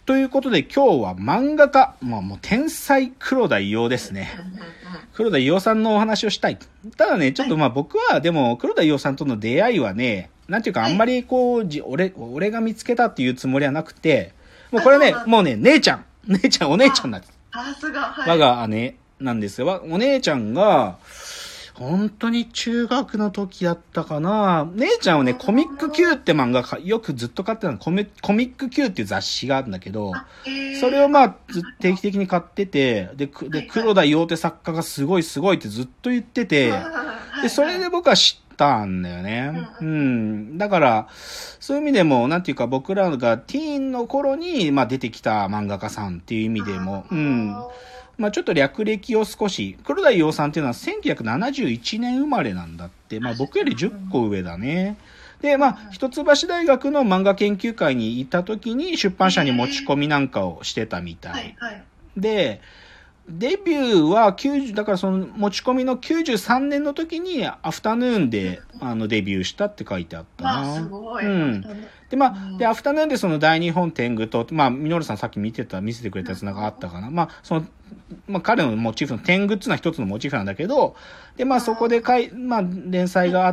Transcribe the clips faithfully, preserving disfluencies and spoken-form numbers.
ということで今日は漫画家、まあもう天才黒田伊代ですね。黒田伊代さんのお話をしたい。ただね、ちょっとまあ僕はでも黒田伊代さんとの出会いはね、なんていうかあんまりこう、じ俺、俺が見つけたっていうつもりはなくて、もうこれね、もうね、姉ちゃん、姉ちゃん、お姉ちゃんなんです。 さすが、はい。 我が姉なんですよ。お姉ちゃんが、本当に中学の時だったかな。姉ちゃんはね、コミック Q って漫画か、よくずっと買ってたの。コミ、コミック Q っていう雑誌があるんだけど、それをまあ、ず定期的に買ってて、で、で黒田伊代って作家がすごいすごいってずっと言ってて、で、それで僕は知ったんだよね。うん。だから、そういう意味でも、なんていうか僕らがティーンの頃に、まあ出てきた漫画家さんっていう意味でも、うん。まあちょっと略歴を少し、黒田伊代さんっていうのはせんきゅうひゃくななじゅういちねん生まれなんだって、まあ僕よりじゅっこ上だね。で、まあ一橋大学の漫画研究会にいた時に出版社に持ち込みなんかをしてたみたい。で、デビューはきゅうじゅう、だからその持ち込みのきゅうじゅうさんねんの時にアフタヌーンであのデビューしたって書いてあったな。 すごい。 うん。で、まあ、で、アフタヌーンでその大日本天狗と、まあ、ミノルさんさっき見てた、見せてくれたやつなんかあったかな。まあ、その、まあ、彼のモチーフの天狗っていうのは一つのモチーフなんだけど、で、まあ、そこでかい、まあ、連載があって、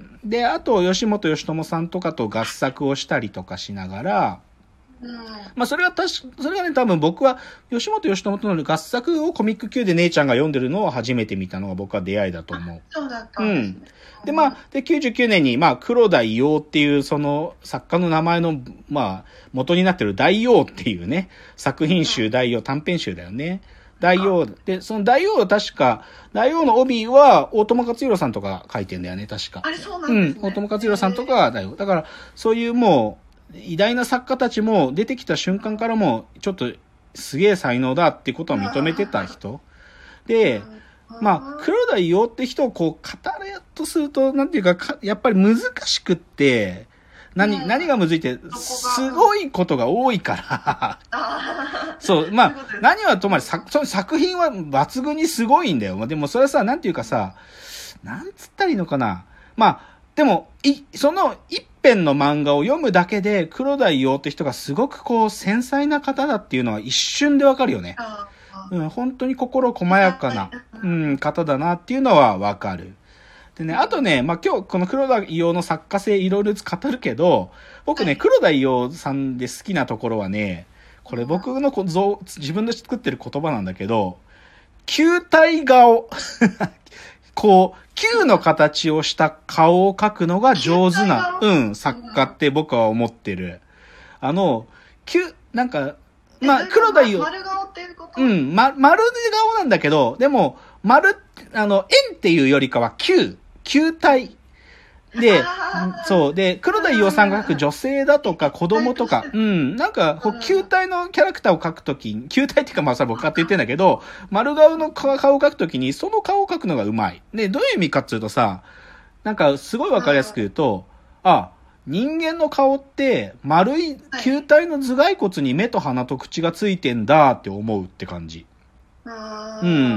で、あと、吉本義友さんとかと合作をしたりとかしながら、うん、まあそれは確か、それはね多分僕は吉本義友との合作をコミック Q で姉ちゃんが読んでるのを初めて見たのが僕は出会いだと思う。 そうだったんですね。 うん。でまあ、できゅうじゅうきゅうねんにまあ黒田伊代っていうその作家の名前のまあ元になってる大王っていうね、作品集大王、短編集だよね。大王で、その大王は確か、大王の帯は大友克洋さんとか書いてんだよね、確か。 あれそうなんですね。 うん、大友克洋さんとか大王。だからそういうもう偉大な作家たちも出てきた瞬間からもちょっとすげえ才能だっていうことを認めてた人で、まあ黒田伊代って人をこう語れとするとなんていうか、かやっぱり難しくって何何がむずいってすごいことが多いからそうまあ何はともあれ作その作品は抜群にすごいんだよ。でもそれはさなんていうかさなんつったらいいのかな、まあでも、い、その一編の漫画を読むだけで、黒田伊代って人がすごくこう、繊細な方だっていうのは一瞬でわかるよね。うん、本当に心細やかな、うん、方だなっていうのはわかる。でね、あとね、まあ、今日この黒田伊代の作家性いろいろ語るけど、僕ね、黒田伊代さんで好きなところはね、これ僕の像、自分で作ってる言葉なんだけど、球体顔。こう、球の形をした顔を描くのが上手な、うん、作家って僕は思ってる。あの、球、なんか、まあ、黒田伊代。 丸顔っていうこと？ うん、ま、丸顔なんだけど、でも、丸、あの、円っていうよりかは球、球体。で、そう。で、黒田伊代さんが描く女性だとか子供とか、うん、なんか、こう、球体のキャラクターを描くときに、球体っていうかまあそれ僕勝手に言ってんだけど、丸顔の顔を描くときに、その顔を描くのがうまい。で、どういう意味かっていうとさ、なんかすごいわかりやすく言うと、あ、人間の顔って丸い球体の頭蓋骨に目と鼻と口がついてんだって思うって感じ。うん。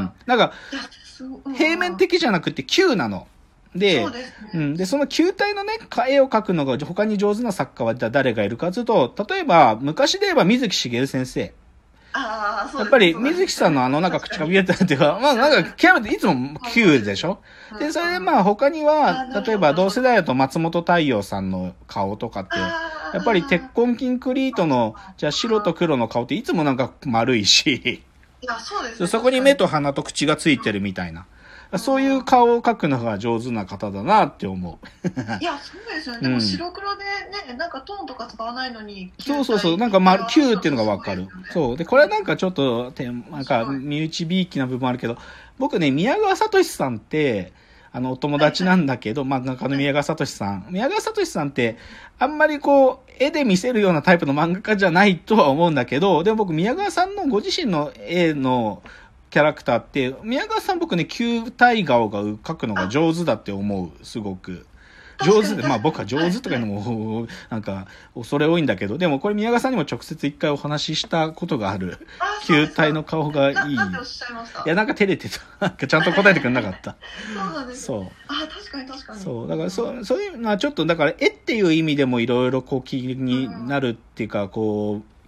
なんか、平面的じゃなくて球なの。で、 そうですね。 うん。で、その球体のね、絵を描くのが他に上手な作家は誰がいるかというと、例えば、昔で言えば水木しげる先生。 ああ、そうです。 やっぱり、水木さんのあの、なんか口が見えたっていうか、まあなんか、極めていつも球でしょ。で、それでまあ他には、例えば同世代だと松本太陽さんの顔とかって、やっぱり鉄痕キンクリートの、じゃあ白と黒の顔っていつもなんか丸いし、 いや、そうですね。 そこに目と鼻と口がついてるみたいな。そういう顔を描くのが上手な方だなって思う。 いや、そうですよね。でも白黒でね、なんかトーンとか使わないのに。 そうそうそう。なんか丸、球っていうのがわかる。そう。で、これはなんかちょっと、なんか、身内びいきな部分あるけど、僕ね、宮川聡さんって、あの、お友達なんだけど、漫画家の宮川聡さん。宮川聡さんって、あんまりこう、絵で見せるようなタイプの漫画家じゃないとは思うんだけど、でも僕、宮川さんのご自身の絵の、キャラクターって、宮川さん僕ね、球体顔が描くのが上手だって思う、すごく。上手で、まあ僕は上手とかいうのも、なんか、恐れ多いんだけど、でもこれ宮川さんにも直接一回お話ししたことがある。球体の顔がいい。 なんておっしゃいました？ いや、なんか照れてた。なんかちゃんと答えてくれなかった。 そうなんです。 そう。 あ、確かに確かに。 そう。だからそう、そういうのはちょっと、だから絵っていう意味でもいろいろこう気になるっていうか、こう、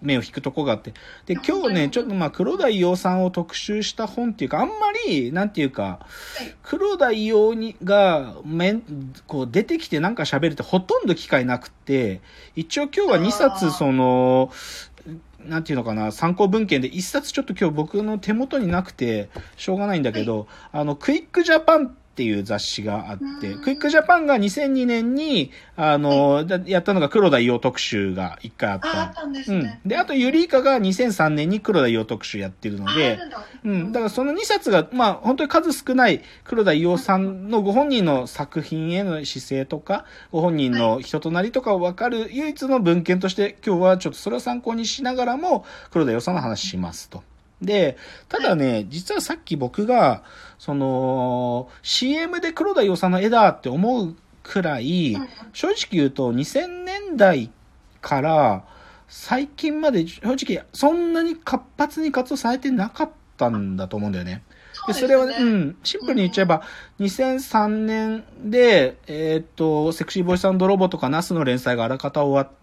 目を引くとこがあって。で、今日ね、ちょっとまあ、黒田伊代さんを特集した本っていうか、あんまり、なんていうか、黒田伊代にが、めん、こう出てきてなんか喋るってほとんど機会なくて、一応今日はにさつ、その、なんていうのかな、参考文献で一冊ちょっと今日僕の手元になくて、しょうがないんだけど、あの、クイックジャパンっていう雑誌があって、クイックジャパンがにせんにねんに、あの、やったのが黒田伊代特集が一回あった。 あったんですね。 うん。で、あとユリイカがにせんさんねんに黒田伊代特集やってるので、うん。だからそのにさつが、まあ本当に数少ない黒田伊代さんのご本人の作品への姿勢とか、ご本人の人となりとかを分かる唯一の文献として今日はちょっとそれを参考にしながらも黒田伊代さんの話しますと。で、ただね、実はさっき僕が、その、シーエム で黒田伊代さんの絵だって思うくらい、正直言うとにせんねんだいから最近まで正直そんなに活発に活動されてなかったんだと思うんだよね。で、それはね、うん、シンプルに言っちゃえば、にせんさんねんで、えーっと、セクシーボイス&ロボとかナスの連載があらかた終わって、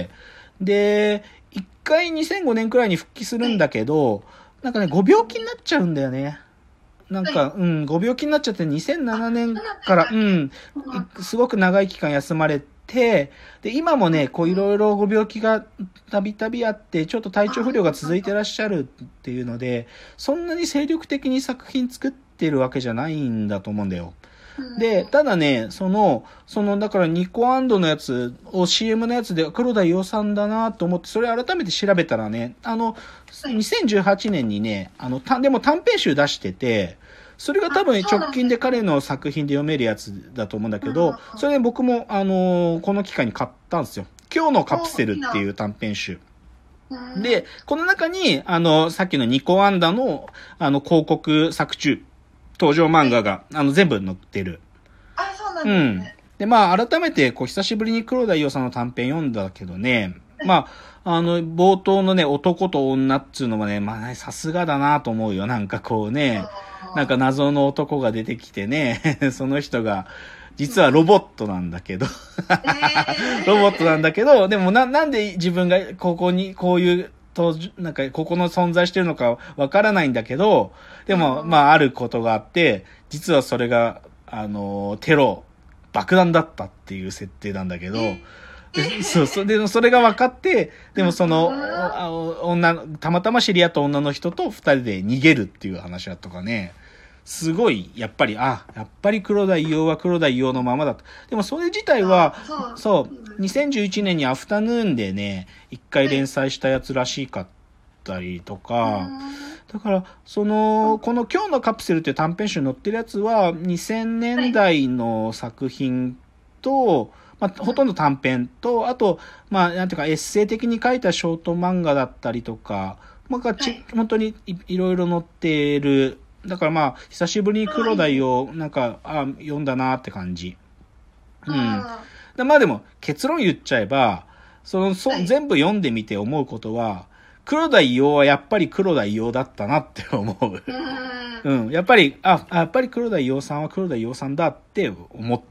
で、一回にせんごねんくらいに復帰するんだけど、なんかね、ご病気になっちゃうんだよね。なんか、うん、ご病気になっちゃってにせんななねんから、うん、すごく長い期間休まれて、で、今もね、こういろいろご病気がたびたびあって、ちょっと体調不良が続いてらっしゃるっていうので、そんなに精力的に作品作ってるわけじゃないんだと思うんだよ。で、ただね、その、その、だからニコアンドのやつを シーエム のやつで黒田伊代さんだなと思って、それ改めて調べたらね、あの、にせんじゅうはちねんにね、あの、た、でも短編集出してて、それが多分直近で彼の作品で読めるやつだと思うんだけど、それで僕も、あの、この機会に買ったんですよ。今日のカプセルっていう短編集。で、この中に、あの、さっきのニコアンダの、あの、広告作中、登場漫画が、あの、全部載ってる。 あ、そうなんですね。 うん。で、まあ、改めて、こう、久しぶりに黒田伊代さんの短編読んだけどね、まあ、あの、冒頭のね、男と女っつうのもね、まあ、さすがだなと思うよ。なんかこうね、なんか謎の男が出てきてね、その人が、実はロボットなんだけど、ロボットなんだけど、でもな、なんで自分がここに、こういう、と、なんか、ここの存在してるのかわからないんだけど、でも、まあ、あることがあって、実はそれが、あの、テロ、爆弾だったっていう設定なんだけど、でそうそう、で、それが分かって、でもその、女、たまたま知り合った女の人と二人で逃げるっていう話だとかね、すごい、やっぱり、あ、やっぱり黒田伊代は黒田伊代のままだと。でもそれ自体は、そう、にせんじゅういちねんにアフタヌーンでね、一回連載したやつらしかったりとか、だから、その、この今日のカプセルっていう短編集に載ってるやつは、にせんねんだいの作品と、まあ、ほとんど短編と、あと、まあ、なんていうか、エッセイ的に書いたショート漫画だったりとか、まあ、ち、本当に い, いろいろ載ってる。だからまあ、久しぶりに黒田伊代、なんか、あ、読んだなって感じ。うん。だまあでも、結論言っちゃえば、その、そ、全部読んでみて思うことは、黒田伊代はやっぱり黒田伊代だったなって思う。うん。やっぱり、あ、やっぱり黒田伊代さんは黒田伊代さんだって思った。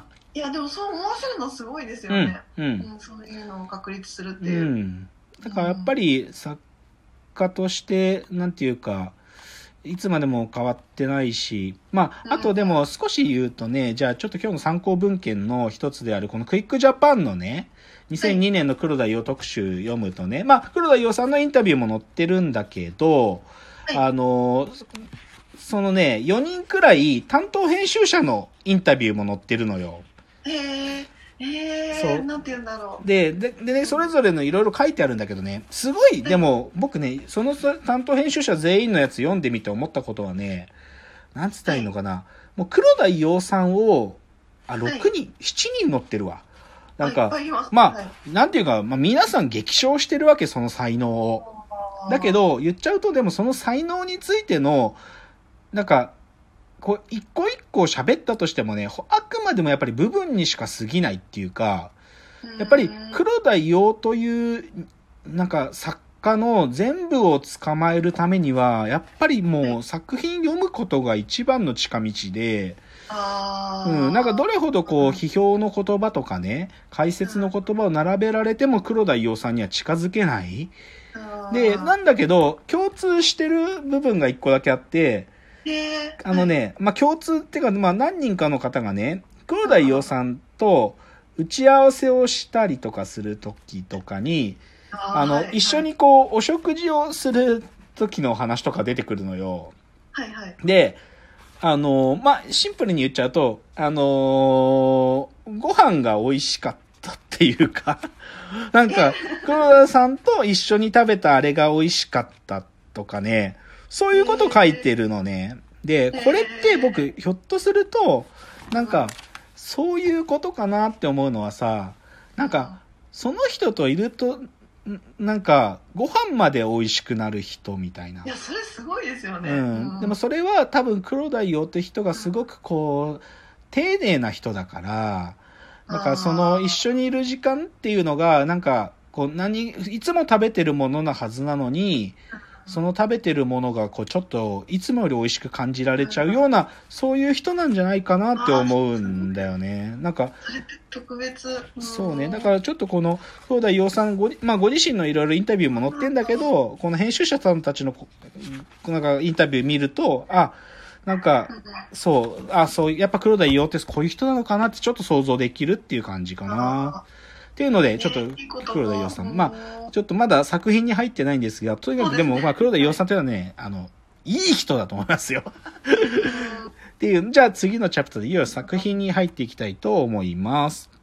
いや、でもそう思わせるのすごいですよね。うん。うん、そういうのを確立するっていう。うん。 だからやっぱり作家として、なんていうか、いつまでも変わってないし、まあ、あとでも少し言うとね、じゃあちょっと今日の参考文献の一つであるこのクイックジャパンのね、にせんにねんの黒田伊代特集読むとね、まあ、黒田伊代さんのインタビューも載ってるんだけど、あの、そのね、よにんくらい担当編集者のインタビューも載ってるのよ。 へー。えー、そうなんて言うんだろう。 で、で、でね、それぞれのいろいろ書いてあるんだけどね、すごい、でも、僕ね、その担当編集者全員のやつ読んでみて思ったことはね、なんつったらいいのかな、はい、もう黒田伊代さんを、あ、ろくにん、はい、しちにん載ってるわ。なんか、はい、まあ、はい、なんていうか、まあ皆さん激賞してるわけ、その才能を。だけど、言っちゃうと、でもその才能についての、なんか、こう、一個一個喋ったとしてもね、あくまでもやっぱり部分にしか過ぎないっていうか、やっぱり黒田伊代という、なんか作家の全部を捕まえるためには、やっぱりもう作品読むことが一番の近道で、うん、なんかどれほどこう、批評の言葉とかね、解説の言葉を並べられても黒田伊代さんには近づけない。 で、なんだけど、共通してる部分が一個だけあって、あのね、まあ、共通っていうか、まあ、何人かの方がね、黒田伊代さんと打ち合わせをしたりとかするときとかに、あの、一緒にこう、お食事をする時の話とか出てくるのよ。 はいはい。 で、あの、まあ、シンプルに言っちゃうと、あのー、ご飯が美味しかったっていうか、なんか、黒田さんと一緒に食べたあれが美味しかったとかね、そういうこと書いてるのね。で、これって僕、ひょっとすると、なんか、そういうことかなって思うのはさ、なんか、その人といると、なんか、ご飯まで美味しくなる人みたいな。 いや、それすごいですよね。 うん。でもそれは多分黒田伊代って人がすごくこう、丁寧な人だから、だからその一緒にいる時間っていうのが、なんか、こう何、いつも食べてるものなはずなのに、その食べてるものがこうちょっといつもより美味しく感じられちゃうような、そういう人なんじゃないかなって思うんだよね。なんか、 特別。 そうね。だからちょっとこの、黒田伊代さんご、まあご自身のいろいろインタビューも載ってんだけど、この編集者さんたちの、なんかインタビュー見ると、あ、なんか、そう、あ、そう、やっぱ黒田伊代ってこういう人なのかなってちょっと想像できるっていう感じかな。っていうので、ちょっと黒田伊代さん。まあ、ちょっとまだ作品に入ってないんですが、とにかくでも、まあ黒田伊代さんというのはね、あの、いい人だと思いますよ。っていう、じゃあ次のチャプターでいよいよ作品に入っていきたいと思います。